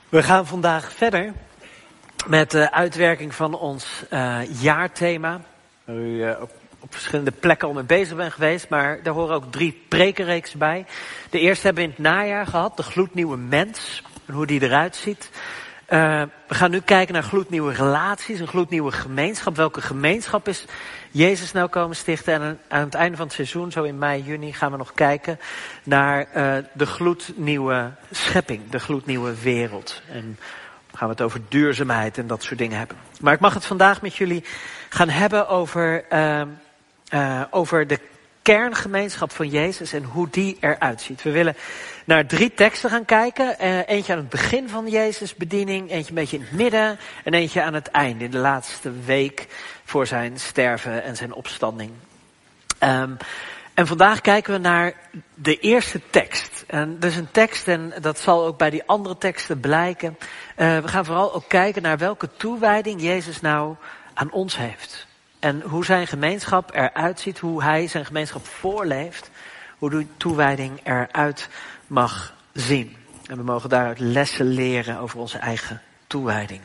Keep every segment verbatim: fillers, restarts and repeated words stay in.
We gaan vandaag verder met de uitwerking van ons uh, jaarthema. Waar u uh, op, op verschillende plekken al mee bezig bent geweest, maar daar horen ook drie prekenreeksen bij. De eerste hebben we in het najaar gehad, de gloednieuwe mens en hoe die eruit ziet. Uh, we gaan nu kijken naar gloednieuwe relaties, een gloednieuwe gemeenschap. Welke gemeenschap is Jezus nou komen stichten? En aan het einde van het seizoen, zo in mei, juni, gaan we nog kijken naar uh, de gloednieuwe schepping, de gloednieuwe wereld. En gaan we het over duurzaamheid en dat soort dingen hebben. Maar ik mag het vandaag met jullie gaan hebben over, uh, uh, over de kerngemeenschap van Jezus en hoe die eruit ziet. We willen naar drie teksten gaan kijken. Uh, eentje aan het begin van Jezus' bediening, eentje een beetje in het midden en eentje aan het einde, in de laatste week voor zijn sterven en zijn opstanding. Um, en vandaag kijken we naar de eerste tekst. En dat is een tekst, en dat zal ook bij die andere teksten blijken. Uh, we gaan vooral ook kijken naar welke toewijding Jezus nou aan ons heeft. En hoe zijn gemeenschap eruit ziet, hoe hij zijn gemeenschap voorleeft, hoe die toewijding eruit mag zien. En we mogen daaruit lessen leren over onze eigen toewijding.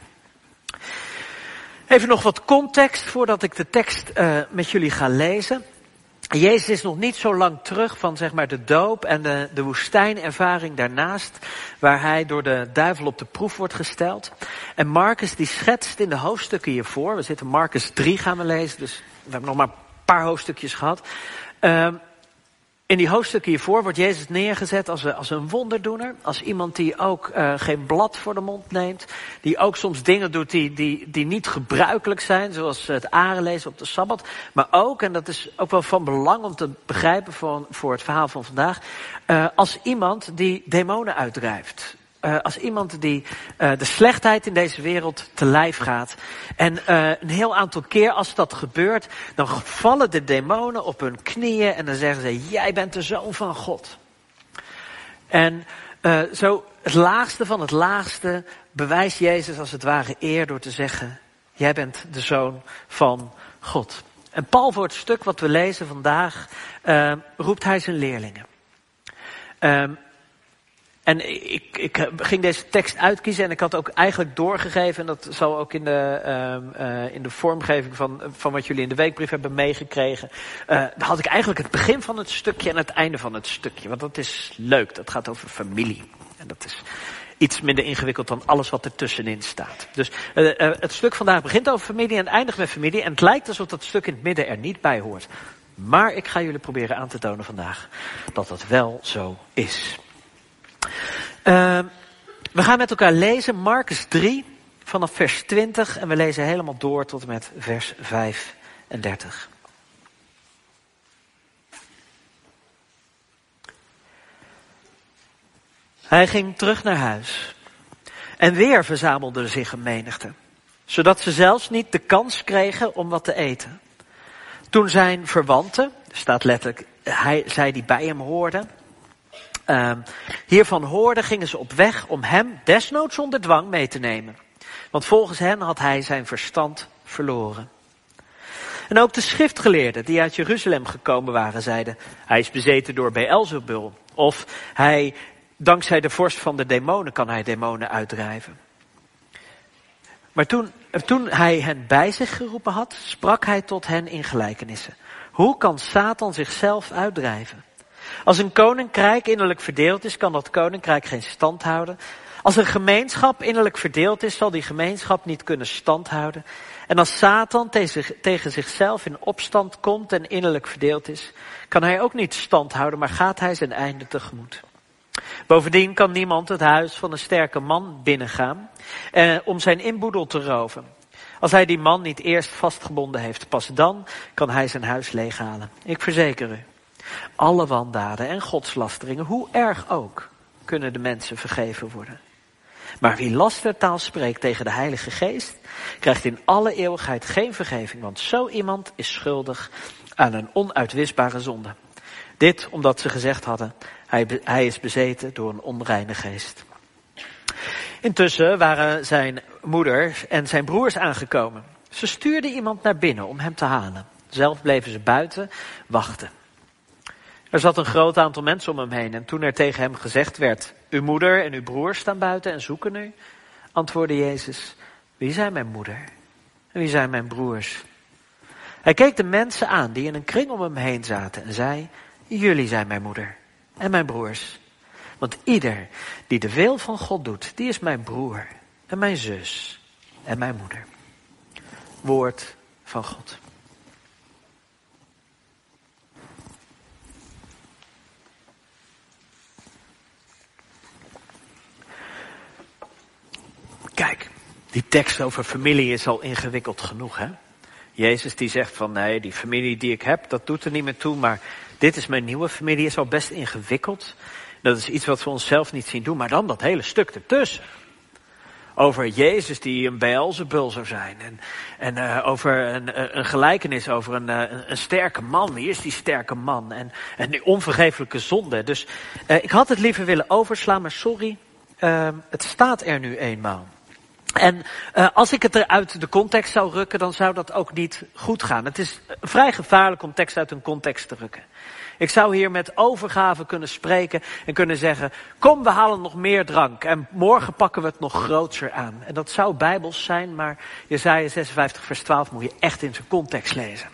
Even nog wat context voordat ik de tekst uh, met jullie ga lezen. Jezus is nog niet zo lang terug van zeg maar de doop en de, de woestijnervaring daarnaast, waar hij door de duivel op de proef wordt gesteld. En Marcus die schetst in de hoofdstukken hiervoor, we zitten Marcus drie gaan we lezen, dus we hebben nog maar een paar hoofdstukjes gehad. Uh, in die hoofdstukken hiervoor wordt Jezus neergezet als een, als een wonderdoener, als iemand die ook uh, geen blad voor de mond neemt, die ook soms dingen doet die, die, die niet gebruikelijk zijn, zoals het arenlezen op de Sabbat, maar ook, en dat is ook wel van belang om te begrijpen voor, voor het verhaal van vandaag, uh, als iemand die demonen uitdrijft. Uh, als iemand die uh, de slechtheid in deze wereld te lijf gaat. En uh, een heel aantal keer als dat gebeurt, dan vallen de demonen op hun knieën en dan zeggen ze, jij bent de zoon van God. En uh, zo het laagste van het laagste bewijst Jezus als het ware eer door te zeggen, jij bent de zoon van God. En Paul, voor het stuk wat we lezen vandaag, uh, roept hij zijn leerlingen. Um, En ik, ik ging deze tekst uitkiezen en ik had ook eigenlijk doorgegeven, en dat zal ook in de, uh, uh, in de vormgeving van, van wat jullie in de weekbrief hebben meegekregen. Uh, dan had ik eigenlijk het begin van het stukje en het einde van het stukje. Want dat is leuk, dat gaat over familie. En dat is iets minder ingewikkeld dan alles wat er tussenin staat. Dus uh, uh, het stuk vandaag begint over familie en eindigt met familie. En het lijkt alsof dat stuk in het midden er niet bij hoort. Maar ik ga jullie proberen aan te tonen vandaag dat dat wel zo is. Uh, we gaan met elkaar lezen Marcus drie vanaf vers twintig en we lezen helemaal door tot en met vers vijfendertig. Hij ging terug naar huis en weer verzamelde zich een menigte, zodat ze zelfs niet de kans kregen om wat te eten. Toen zijn verwanten, er staat letterlijk, hij, zij die bij hem hoorden, Uh, hiervan hoorden, gingen ze op weg om hem desnoods zonder dwang mee te nemen. Want volgens hen had hij zijn verstand verloren. En ook de schriftgeleerden die uit Jeruzalem gekomen waren, zeiden, hij is bezeten door Beelzebul. Of hij, dankzij de vorst van de demonen, kan hij demonen uitdrijven. Maar toen, toen hij hen bij zich geroepen had, sprak hij tot hen in gelijkenissen. Hoe kan Satan zichzelf uitdrijven? Als een koninkrijk innerlijk verdeeld is, kan dat koninkrijk geen stand houden. Als een gemeenschap innerlijk verdeeld is, zal die gemeenschap niet kunnen stand houden. En als Satan tegen zichzelf in opstand komt en innerlijk verdeeld is, kan hij ook niet stand houden, maar gaat hij zijn einde tegemoet. Bovendien kan niemand het huis van een sterke man binnengaan eh, om zijn inboedel te roven. Als hij die man niet eerst vastgebonden heeft, pas dan kan hij zijn huis leeghalen. Ik verzeker u. Alle wandaden en godslasteringen, hoe erg ook, kunnen de mensen vergeven worden. Maar wie lastertaal spreekt tegen de Heilige Geest, krijgt in alle eeuwigheid geen vergeving, want zo iemand is schuldig aan een onuitwisbare zonde. Dit omdat ze gezegd hadden, hij, be, hij is bezeten door een onreine geest. Intussen waren zijn moeder en zijn broers aangekomen. Ze stuurden iemand naar binnen om hem te halen. Zelf bleven ze buiten wachten. Er zat een groot aantal mensen om hem heen en toen er tegen hem gezegd werd, uw moeder en uw broers staan buiten en zoeken u. Antwoordde Jezus, wie zijn mijn moeder en wie zijn mijn broers? Hij keek de mensen aan die in een kring om hem heen zaten en zei, jullie zijn mijn moeder en mijn broers. Want ieder die de wil van God doet, die is mijn broer en mijn zus en mijn moeder. Woord van God. Kijk, die tekst over familie is al ingewikkeld genoeg, hè? Jezus die zegt van nee, die familie die ik heb, dat doet er niet meer toe, maar dit is mijn nieuwe familie, is al best ingewikkeld. Dat is iets wat we onszelf niet zien doen, maar dan dat hele stuk ertussen. Over Jezus die een Beelzebul zou zijn. En, en uh, over een, een gelijkenis over een, een, een sterke man. Wie is die sterke man? En, en die onvergeeflijke zonde. Dus uh, ik had het liever willen overslaan, maar sorry, uh, het staat er nu eenmaal. En uh, als ik het er uit de context zou rukken, dan zou dat ook niet goed gaan. Het is vrij gevaarlijk om tekst uit een context te rukken. Ik zou hier met overgave kunnen spreken en kunnen zeggen, kom, we halen nog meer drank en morgen pakken we het nog groter aan. En dat zou bijbels zijn, maar Jesaja zesenvijftig vers twaalf moet je echt in zijn context lezen.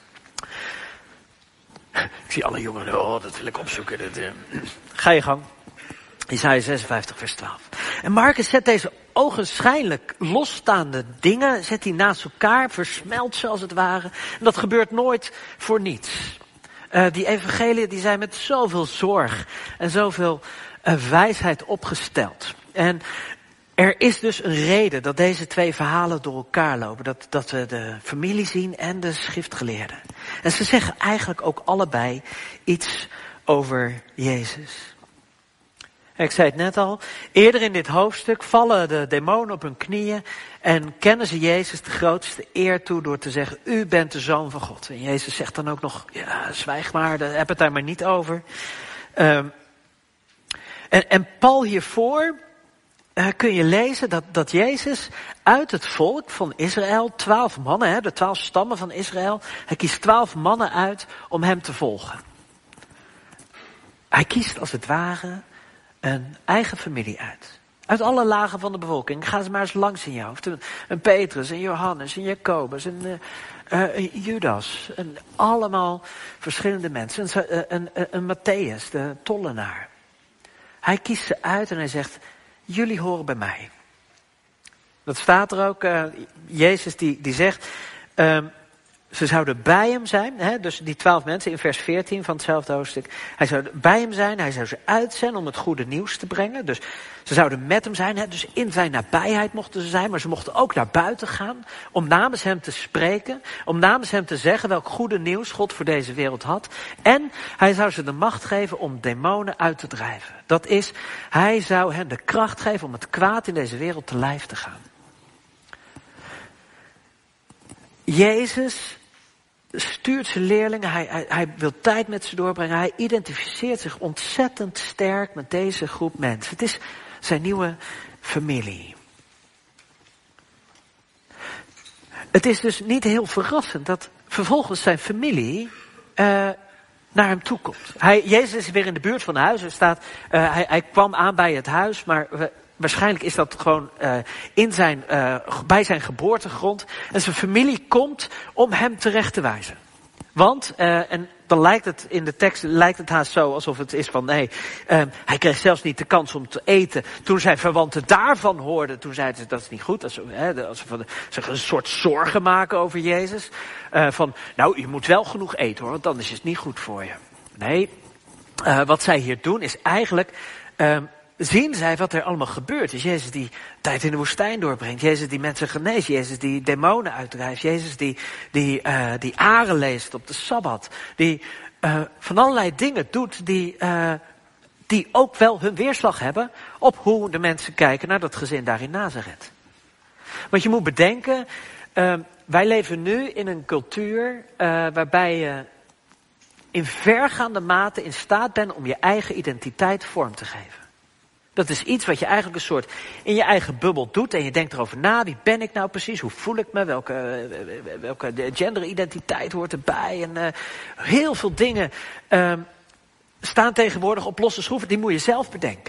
Ik zie alle jongeren, oh, dat wil ik opzoeken. Dat, uh. Ga je gang. Jesaja zesenvijftig vers twaalf. En Marcus zet deze ogenschijnlijk losstaande dingen, zet die naast elkaar, versmelt ze als het ware. En dat gebeurt nooit voor niets. Uh, die evangeliën die zijn met zoveel zorg en zoveel uh, wijsheid opgesteld. En er is dus een reden dat deze twee verhalen door elkaar lopen. Dat, dat we de familie zien en de schriftgeleerden. En ze zeggen eigenlijk ook allebei iets over Jezus. Ik zei het net al, eerder in dit hoofdstuk vallen de demonen op hun knieën en kennen ze Jezus de grootste eer toe door te zeggen, u bent de Zoon van God. En Jezus zegt dan ook nog, ja, zwijg maar, heb het daar maar niet over. Um, en, en Paul hiervoor uh, kun je lezen dat, dat Jezus uit het volk van Israël, twaalf mannen, hè, de twaalf stammen van Israël, hij kiest twaalf mannen uit om hem te volgen. Hij kiest als het ware een eigen familie uit. Uit alle lagen van de bevolking. Ga ze maar eens langs in je hoofd. Een Petrus, een Johannes, een Jacobus, een, uh, een Judas. En allemaal verschillende mensen. Een, een, een, een Matthäus, de tollenaar. Hij kiest ze uit en hij zegt, jullie horen bij mij. Dat staat er ook. Uh, Jezus die, die zegt, uh, ze zouden bij hem zijn, hè, dus die twaalf mensen in vers veertien van hetzelfde hoofdstuk. Hij zou bij hem zijn, hij zou ze uitzenden om het goede nieuws te brengen. Dus ze zouden met hem zijn, hè, dus in zijn nabijheid mochten ze zijn. Maar ze mochten ook naar buiten gaan om namens hem te spreken. Om namens hem te zeggen welk goede nieuws God voor deze wereld had. En hij zou ze de macht geven om demonen uit te drijven. Dat is, hij zou hen de kracht geven om het kwaad in deze wereld te lijf te gaan. Jezus stuurt zijn leerlingen, hij, hij, hij wil tijd met ze doorbrengen. Hij identificeert zich ontzettend sterk met deze groep mensen. Het is zijn nieuwe familie. Het is dus niet heel verrassend dat vervolgens zijn familie uh, naar hem toe komt. Hij, Jezus is weer in de buurt van het huis. Er staat, uh, hij, hij kwam aan bij het huis, maar we, waarschijnlijk is dat gewoon uh, in zijn, uh, bij zijn geboortegrond. En zijn familie komt om hem terecht te wijzen. Want, uh, en dan lijkt het in de tekst lijkt het haast zo alsof het is van nee, uh, hij kreeg zelfs niet de kans om te eten. Toen zijn verwanten daarvan hoorden, toen zeiden ze dat is niet goed. Dat is, hè, als ze van, zich een soort zorgen maken over Jezus. Uh, van nou, je moet wel genoeg eten hoor, want dan is het niet goed voor je. Nee, uh, wat zij hier doen is eigenlijk Uh, zien zij wat er allemaal gebeurt. Dus Jezus die tijd in de woestijn doorbrengt. Jezus die mensen geneest. Jezus die demonen uitdrijft. Jezus die, die, uh, die aren leest op de Sabbat. Die uh, van allerlei dingen doet die, uh, die ook wel hun weerslag hebben op hoe de mensen kijken naar dat gezin daar in Nazareth. Want je moet bedenken, uh, wij leven nu in een cultuur uh, waarbij je in vergaande mate in staat bent om je eigen identiteit vorm te geven. Dat is iets wat je eigenlijk een soort in je eigen bubbel doet. En je denkt erover na, wie ben ik nou precies? Hoe voel ik me? Welke, welke genderidentiteit hoort erbij? En uh, heel veel dingen uh, staan tegenwoordig op losse schroeven. Die moet je zelf bedenken.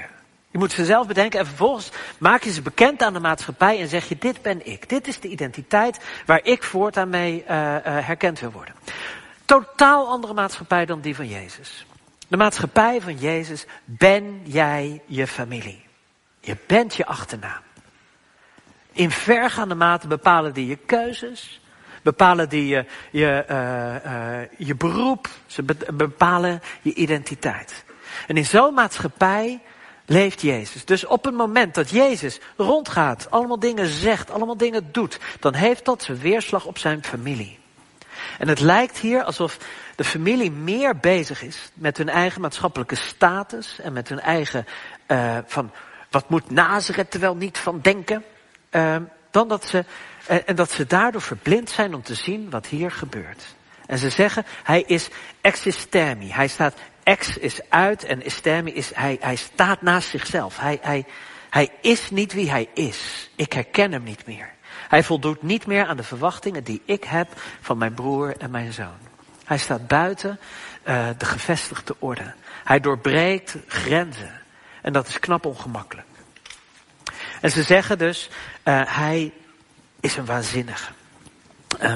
Je moet ze zelf bedenken en vervolgens maak je ze bekend aan de maatschappij en zeg je, dit ben ik. Dit is de identiteit waar ik voortaan mee uh, uh, herkend wil worden. Totaal andere maatschappij dan die van Jezus. De maatschappij van Jezus, ben jij je familie. Je bent je achternaam. In vergaande mate bepalen die je keuzes, bepalen die je, je, uh, uh, je beroep, ze be- bepalen je identiteit. En in zo'n maatschappij leeft Jezus. Dus op het moment dat Jezus rondgaat, allemaal dingen zegt, allemaal dingen doet, dan heeft dat zijn weerslag op zijn familie. En het lijkt hier alsof de familie meer bezig is met hun eigen maatschappelijke status en met hun eigen uh, van wat moet Nazareth er wel niet van denken, uh, dan dat ze uh, en dat ze daardoor verblind zijn om te zien wat hier gebeurt. En ze zeggen, hij is existemi. Hij staat, ex is uit en estemi is, hij, hij staat naast zichzelf. Hij, hij, hij is niet wie hij is. Ik herken hem niet meer. Hij voldoet niet meer aan de verwachtingen die ik heb van mijn broer en mijn zoon. Hij staat buiten uh, de gevestigde orde. Hij doorbreekt grenzen. En dat is knap ongemakkelijk. En ze zeggen dus, uh, hij is een waanzinnige. Uh,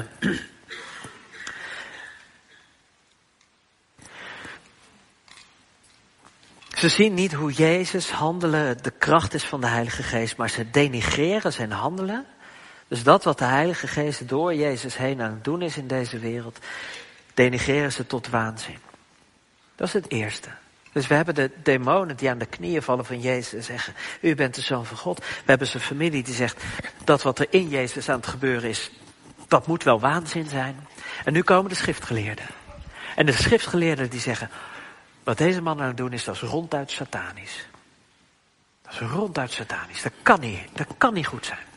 Ze zien niet hoe Jezus handelen de kracht is van de Heilige Geest, maar ze denigreren zijn handelen. Dus dat wat de Heilige Geest door Jezus heen aan het doen is in deze wereld, denigreren ze tot waanzin. Dat is het eerste. Dus we hebben de demonen die aan de knieën vallen van Jezus en zeggen, u bent de Zoon van God. We hebben zijn familie die zegt, dat wat er in Jezus aan het gebeuren is, dat moet wel waanzin zijn. En nu komen de schriftgeleerden. En de schriftgeleerden die zeggen, wat deze man aan het doen is, dat is ronduit satanisch. Dat is ronduit satanisch. Dat kan niet. Dat kan niet goed zijn.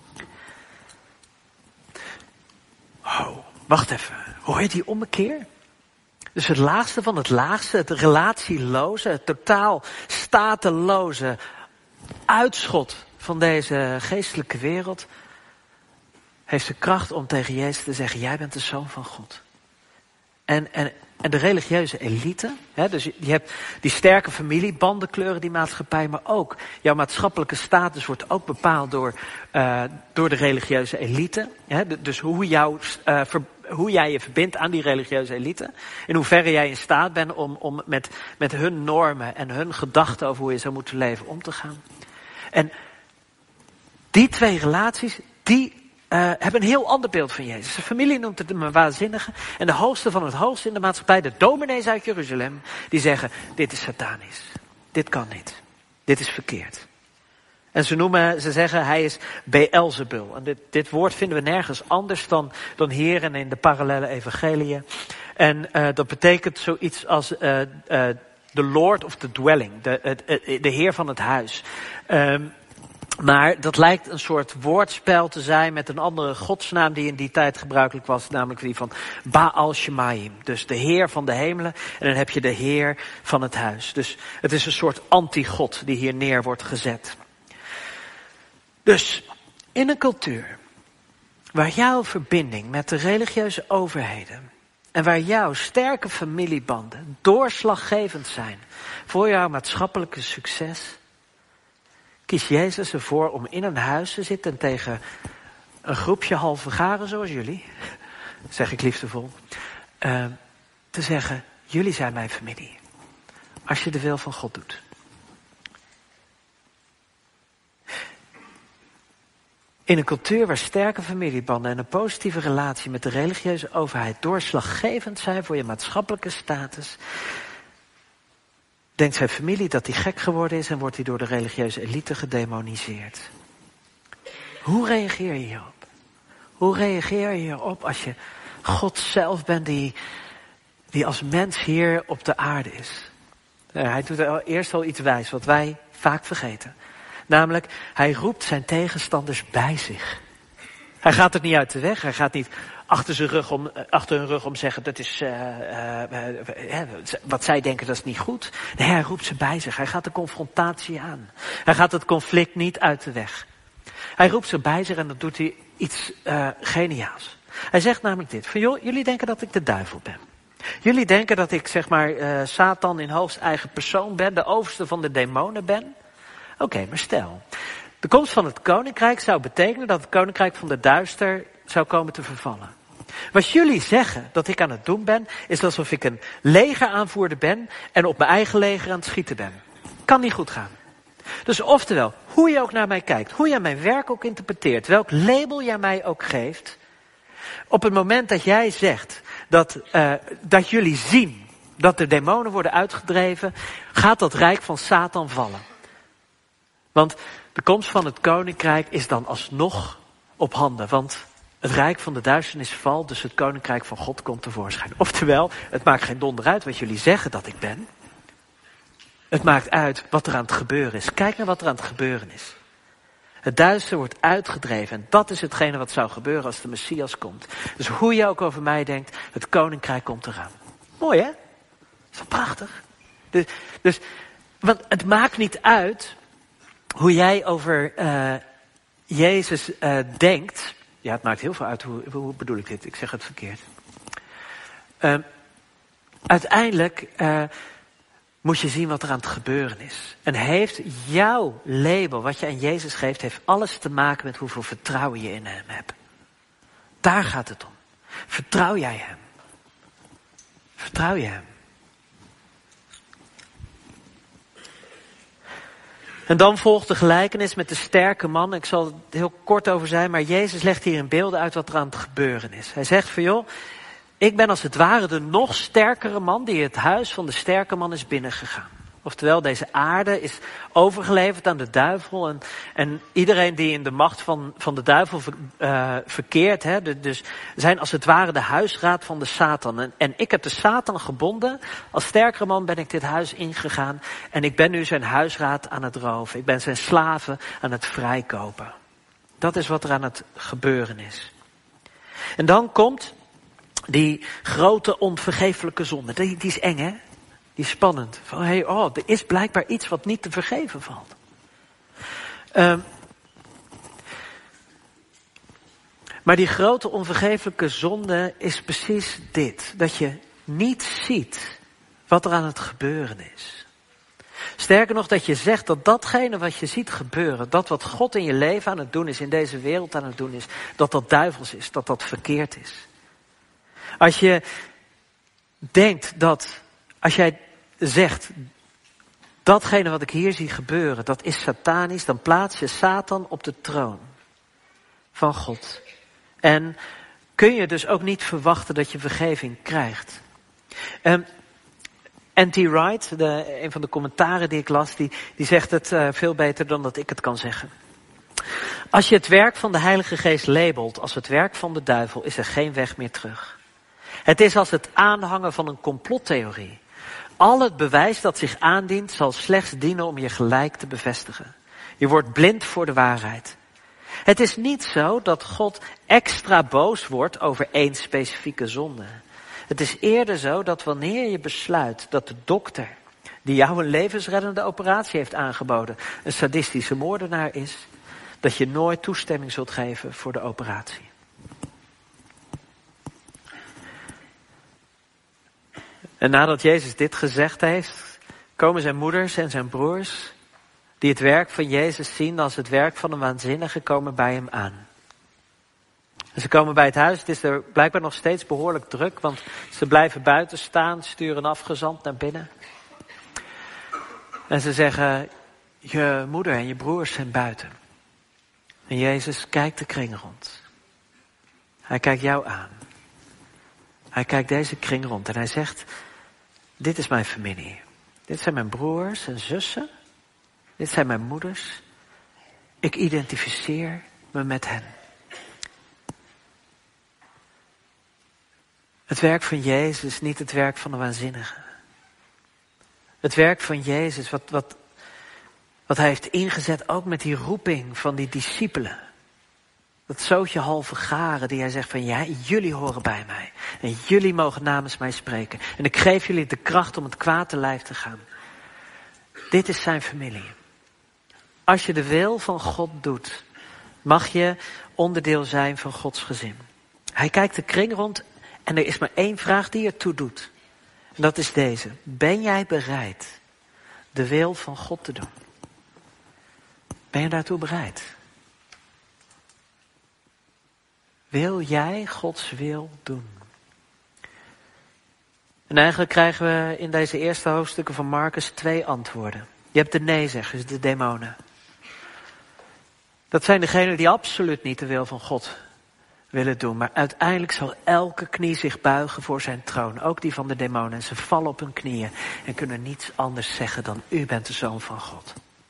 Oh, wacht even. Hoor je die ommekeer? Dus het laagste van het laagste, het relatieloze, het totaal stateloze uitschot van deze geestelijke wereld, heeft de kracht om tegen Jezus te zeggen, jij bent de Zoon van God. En, en, en de religieuze elite, hè, dus je, je hebt die sterke familiebanden kleuren die maatschappij, maar ook jouw maatschappelijke status wordt ook bepaald door, uh, door de religieuze elite. Hè, dus hoe, jou, uh, ver, hoe jij je verbindt aan die religieuze elite. In hoeverre jij in staat bent om, om met, met hun normen en hun gedachten over hoe je zou moeten leven om te gaan. En die twee relaties, die Uh, hebben een heel ander beeld van Jezus. De familie noemt het een waanzinnige. En de hoogste van het hoogste in de maatschappij, de dominees uit Jeruzalem, die zeggen, dit is satanisch. Dit kan niet. Dit is verkeerd. En ze noemen, ze zeggen, hij is Beelzebul. En dit, dit woord vinden we nergens anders dan, dan hier en in de parallele evangeliën. En uh, dat betekent zoiets als uh, uh, the Lord of the dwelling. De, de, de heer van het huis. Um, Maar dat lijkt een soort woordspel te zijn met een andere godsnaam die in die tijd gebruikelijk was, namelijk die van Baal Shemaim. Dus de Heer van de hemelen en dan heb je de Heer van het huis. Dus het is een soort anti-God die hier neer wordt gezet. Dus in een cultuur waar jouw verbinding met de religieuze overheden en waar jouw sterke familiebanden doorslaggevend zijn voor jouw maatschappelijke succes, kies Jezus ervoor om in een huis te zitten en tegen een groepje halve garen zoals jullie, zeg ik liefdevol, uh, te zeggen, jullie zijn mijn familie. Als je de wil van God doet. In een cultuur waar sterke familiebanden en een positieve relatie met de religieuze overheid doorslaggevend zijn voor je maatschappelijke status, denkt zijn familie dat hij gek geworden is en wordt hij door de religieuze elite gedemoniseerd. Hoe reageer je hierop? Hoe reageer je hierop als je God zelf bent die, die als mens hier op de aarde is? Nou, hij doet er eerst al iets wijs wat wij vaak vergeten. Namelijk, hij roept zijn tegenstanders bij zich. Hij gaat het niet uit de weg. Hij gaat niet achter, zijn rug om, achter hun rug om zeggen, dat is, uh, uh, uh, wat zij denken, dat is niet goed. Nee, hij roept ze bij zich. Hij gaat de confrontatie aan. Hij gaat het conflict niet uit de weg. Hij roept ze bij zich en dan doet hij iets uh, geniaals. Hij zegt namelijk dit, van joh, jullie denken dat ik de duivel ben. Jullie denken dat ik, zeg maar, uh, Satan in hoogst eigen persoon ben, de overste van de demonen ben. Oké, okay, maar stel, de komst van het koninkrijk zou betekenen dat het koninkrijk van de duister zou komen te vervallen. Wat jullie zeggen dat ik aan het doen ben, is alsof ik een legeraanvoerder ben en op mijn eigen leger aan het schieten ben. Kan niet goed gaan. Dus oftewel, hoe je ook naar mij kijkt, hoe jij mijn werk ook interpreteert, welk label jij mij ook geeft, op het moment dat jij zegt dat, uh, dat jullie zien dat de demonen worden uitgedreven, gaat dat rijk van Satan vallen. Want de komst van het koninkrijk is dan alsnog op handen, want het rijk van de duisternis valt, dus het koninkrijk van God komt tevoorschijn. Oftewel, het maakt geen donder uit wat jullie zeggen dat ik ben. Het maakt uit wat er aan het gebeuren is. Kijk naar wat er aan het gebeuren is. Het duister wordt uitgedreven en dat is hetgene wat zou gebeuren als de Messias komt. Dus hoe je ook over mij denkt, het koninkrijk komt eraan. Mooi hè? Is dat prachtig? Dus, dus want het maakt niet uit hoe jij over uh, Jezus uh, denkt. Ja, het maakt heel veel uit. Hoe, hoe bedoel ik dit? Ik zeg het verkeerd. Uh, uiteindelijk uh, moet je zien wat er aan het gebeuren is. En heeft jouw label, wat je aan Jezus geeft, heeft alles te maken met hoeveel vertrouwen je in hem hebt. Daar gaat het om. Vertrouw jij hem? Vertrouw je hem? En dan volgt de gelijkenis met de sterke man. Ik zal er heel kort over zijn, maar Jezus legt hier in beelden uit wat er aan het gebeuren is. Hij zegt van joh, ik ben als het ware de nog sterkere man die het huis van de sterke man is binnengegaan. Oftewel, deze aarde is overgeleverd aan de duivel. En, en iedereen die in de macht van, van de duivel ver, uh, verkeert. Hè, de, dus zijn als het ware de huisraad van de Satan. En, en ik heb de Satan gebonden. Als sterkere man ben ik dit huis ingegaan. En ik ben nu zijn huisraad aan het roven. Ik ben zijn slaven aan het vrijkopen. Dat is wat er aan het gebeuren is. En dan komt die grote onvergeeflijke zonde. Die, die is eng hè. Die is spannend. Van, hey, oh, er is blijkbaar iets wat niet te vergeven valt. Um, maar die grote onvergeeflijke zonde is precies dit. Dat je niet ziet wat er aan het gebeuren is. Sterker nog, dat je zegt dat datgene wat je ziet gebeuren, dat wat God in je leven aan het doen is, in deze wereld aan het doen is, dat dat duivels is, dat dat verkeerd is. Als je denkt dat, als jij zegt, datgene wat ik hier zie gebeuren, dat is satanisch, dan plaats je Satan op de troon van God. En kun je dus ook niet verwachten dat je vergeving krijgt. Um, N T Wright, de, een van de commentaren die ik las, die, die zegt het uh, veel beter dan dat ik het kan zeggen. Als je het werk van de Heilige Geest labelt als het werk van de duivel, is er geen weg meer terug. Het is als het aanhangen van een complottheorie. Al het bewijs dat zich aandient zal slechts dienen om je gelijk te bevestigen. Je wordt blind voor de waarheid. Het is niet zo dat God extra boos wordt over één specifieke zonde. Het is eerder zo dat wanneer je besluit dat de dokter die jou een levensreddende operatie heeft aangeboden een sadistische moordenaar is, dat je nooit toestemming zult geven voor de operatie. En nadat Jezus dit gezegd heeft, komen zijn moeders en zijn broers, die het werk van Jezus zien als het werk van een waanzinnige, komen bij hem aan. En ze komen bij het huis, het is er blijkbaar nog steeds behoorlijk druk, want ze blijven buiten staan, sturen afgezant naar binnen. En ze zeggen, je moeder en je broers zijn buiten. En Jezus kijkt de kring rond. Hij kijkt jou aan. Hij kijkt deze kring rond en hij zegt, dit is mijn familie. Dit zijn mijn broers en zussen. Dit zijn mijn moeders. Ik identificeer me met hen. Het werk van Jezus is niet het werk van de waanzinnige. Het werk van Jezus, wat, wat, wat hij heeft ingezet, ook met die roeping van die discipelen. Dat zootje halve garen die hij zegt van ja, jullie horen bij mij. En jullie mogen namens mij spreken. En ik geef jullie de kracht om het kwaad te lijf te gaan. Dit is zijn familie. Als je de wil van God doet, mag je onderdeel zijn van Gods gezin. Hij kijkt de kring rond en er is maar één vraag die ertoe doet. En dat is deze. Ben jij bereid de wil van God te doen? Ben je daartoe bereid? Wil jij Gods wil doen? En eigenlijk krijgen we in deze eerste hoofdstukken van Marcus twee antwoorden. Je hebt de nee-zeggers, de demonen. Dat zijn degenen die absoluut niet de wil van God willen doen. Maar uiteindelijk zal elke knie zich buigen voor zijn troon. Ook die van de demonen. En ze vallen op hun knieën en kunnen niets anders zeggen dan u bent de Zoon van God.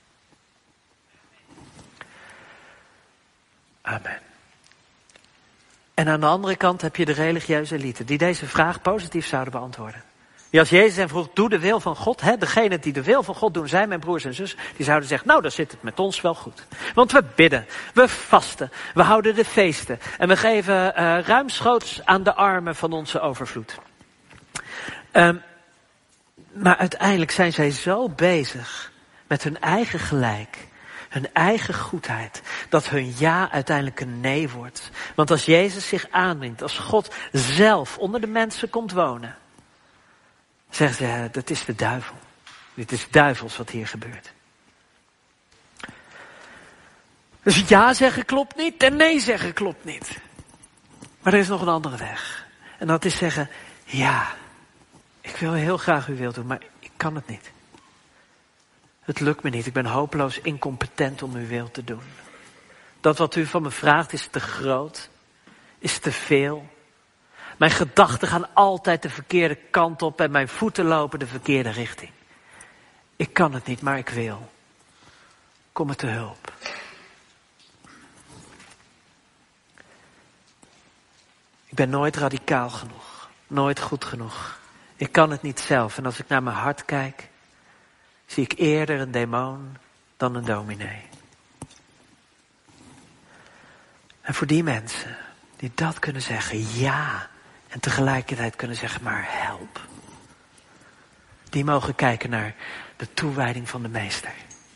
Amen. En aan de andere kant heb je de religieuze elite die deze vraag positief zouden beantwoorden. Die als Jezus hen vroeg, doe de wil van God. Hè, degenen die de wil van God doen zijn mijn broers en zussen. Die zouden zeggen, nou dan zit het met ons wel goed. Want we bidden, we vasten, we houden de feesten. En we geven uh, ruimschoots aan de armen van onze overvloed. Um, maar uiteindelijk zijn zij zo bezig met hun eigen gelijk. Hun eigen goedheid. Dat hun ja uiteindelijk een nee wordt. Want als Jezus zich aandient, als God zelf onder de mensen komt wonen. Zeggen ze, dat is de duivel. Dit is duivels wat hier gebeurt. Dus ja zeggen klopt niet en nee zeggen klopt niet. Maar er is nog een andere weg. En dat is zeggen, ja, ik wil heel graag uw wil doen, maar ik kan het niet. Het lukt me niet, ik ben hopeloos incompetent om uw wil te doen. Dat wat u van me vraagt is te groot, is te veel. Mijn gedachten gaan altijd de verkeerde kant op en mijn voeten lopen de verkeerde richting. Ik kan het niet, maar ik wil. Kom me te hulp. Ik ben nooit radicaal genoeg. Nooit goed genoeg. Ik kan het niet zelf. En als ik naar mijn hart kijk, zie ik eerder een demon dan een dominee. En voor die mensen die dat kunnen zeggen, ja, en tegelijkertijd kunnen zeggen, maar help. Die mogen kijken naar de toewijding van de meester.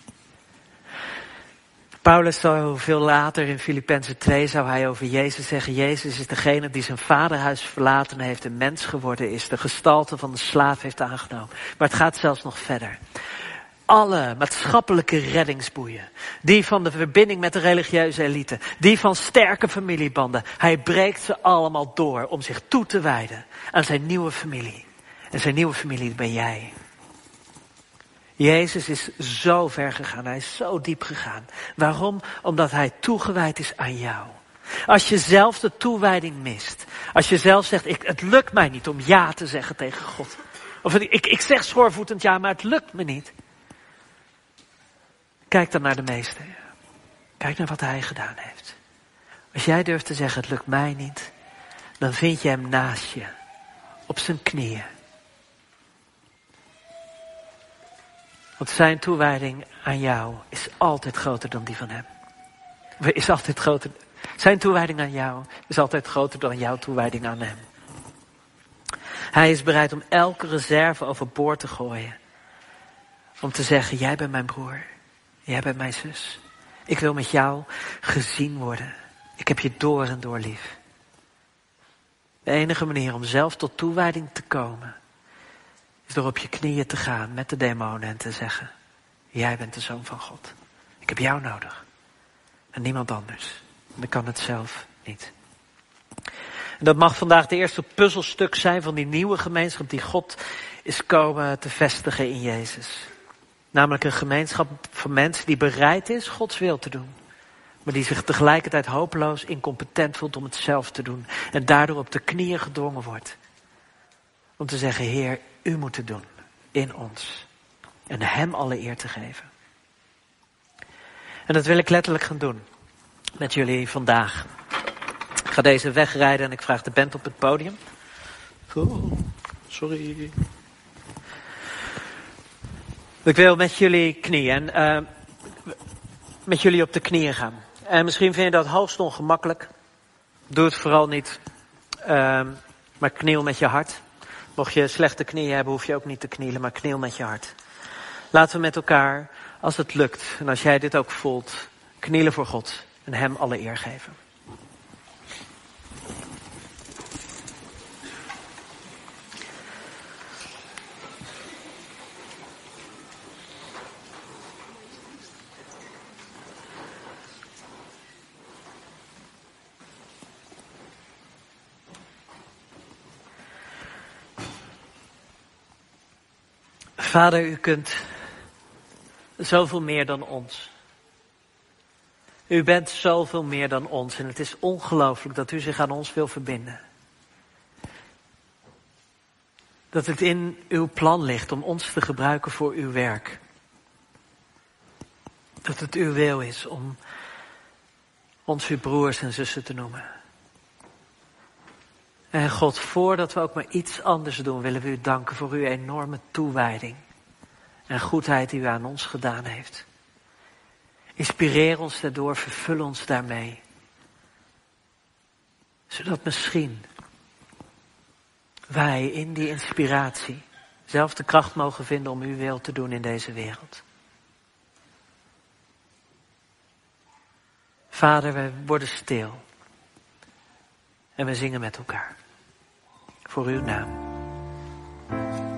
Paulus zou veel later in Filippenzen twee zou hij over Jezus zeggen, Jezus is degene die zijn vaderhuis verlaten heeft, een mens geworden is, de gestalte van de slaaf heeft aangenomen. Maar het gaat zelfs nog verder. Alle maatschappelijke reddingsboeien, die van de verbinding met de religieuze elite, die van sterke familiebanden, hij breekt ze allemaal door om zich toe te wijden aan zijn nieuwe familie. En zijn nieuwe familie ben jij. Jezus is zo ver gegaan, hij is zo diep gegaan. Waarom? Omdat hij toegewijd is aan jou. Als je zelf de toewijding mist, als je zelf zegt, ik, het lukt mij niet om ja te zeggen tegen God. Of ik, ik zeg schoorvoetend ja, maar het lukt me niet. Kijk dan naar de meester. Kijk naar wat hij gedaan heeft. Als jij durft te zeggen, het lukt mij niet, dan vind je hem naast je, op zijn knieën. Want zijn toewijding aan jou is altijd groter dan die van hem. Is altijd groter. Zijn toewijding aan jou is altijd groter dan jouw toewijding aan hem. Hij is bereid om elke reserve overboord te gooien. Om te zeggen, jij bent mijn broer. Jij bent mijn zus. Ik wil met jou gezien worden. Ik heb je door en door lief. De enige manier om zelf tot toewijding te komen, is door op je knieën te gaan met de demonen en te zeggen, jij bent de Zoon van God. Ik heb jou nodig. En niemand anders. En ik kan het zelf niet. En dat mag vandaag de eerste puzzelstuk zijn van die nieuwe gemeenschap die God is komen te vestigen in Jezus. Namelijk een gemeenschap van mensen die bereid is Gods wil te doen. Maar die zich tegelijkertijd hopeloos incompetent voelt om het zelf te doen. En daardoor op de knieën gedwongen wordt. Om te zeggen, Heer, u moet het doen in ons. En hem alle eer te geven. En dat wil ik letterlijk gaan doen. Met jullie vandaag. Ik ga deze wegrijden en ik vraag de band op het podium. Oh, sorry. Ik wil met jullie knieën en uh, met jullie op de knieën gaan. En misschien vind je dat hoogst ongemakkelijk. Doe het vooral niet. Uh, maar kniel met je hart. Mocht je slechte knieën hebben, hoef je ook niet te knielen, maar kniel met je hart. Laten we met elkaar, als het lukt, en als jij dit ook voelt, knielen voor God en hem alle eer geven. Vader, u kunt zoveel meer dan ons. U bent zoveel meer dan ons en het is ongelooflijk dat u zich aan ons wil verbinden. Dat het in uw plan ligt om ons te gebruiken voor uw werk. Dat het uw wil is om ons uw broers en zussen te noemen. En God, voordat we ook maar iets anders doen, willen we u danken voor uw enorme toewijding en goedheid die u aan ons gedaan heeft. Inspireer ons daardoor, vervul ons daarmee. Zodat misschien wij in die inspiratie zelf de kracht mogen vinden om uw wil te doen in deze wereld. Vader, wij worden stil. En we zingen met elkaar. Voor uw naam.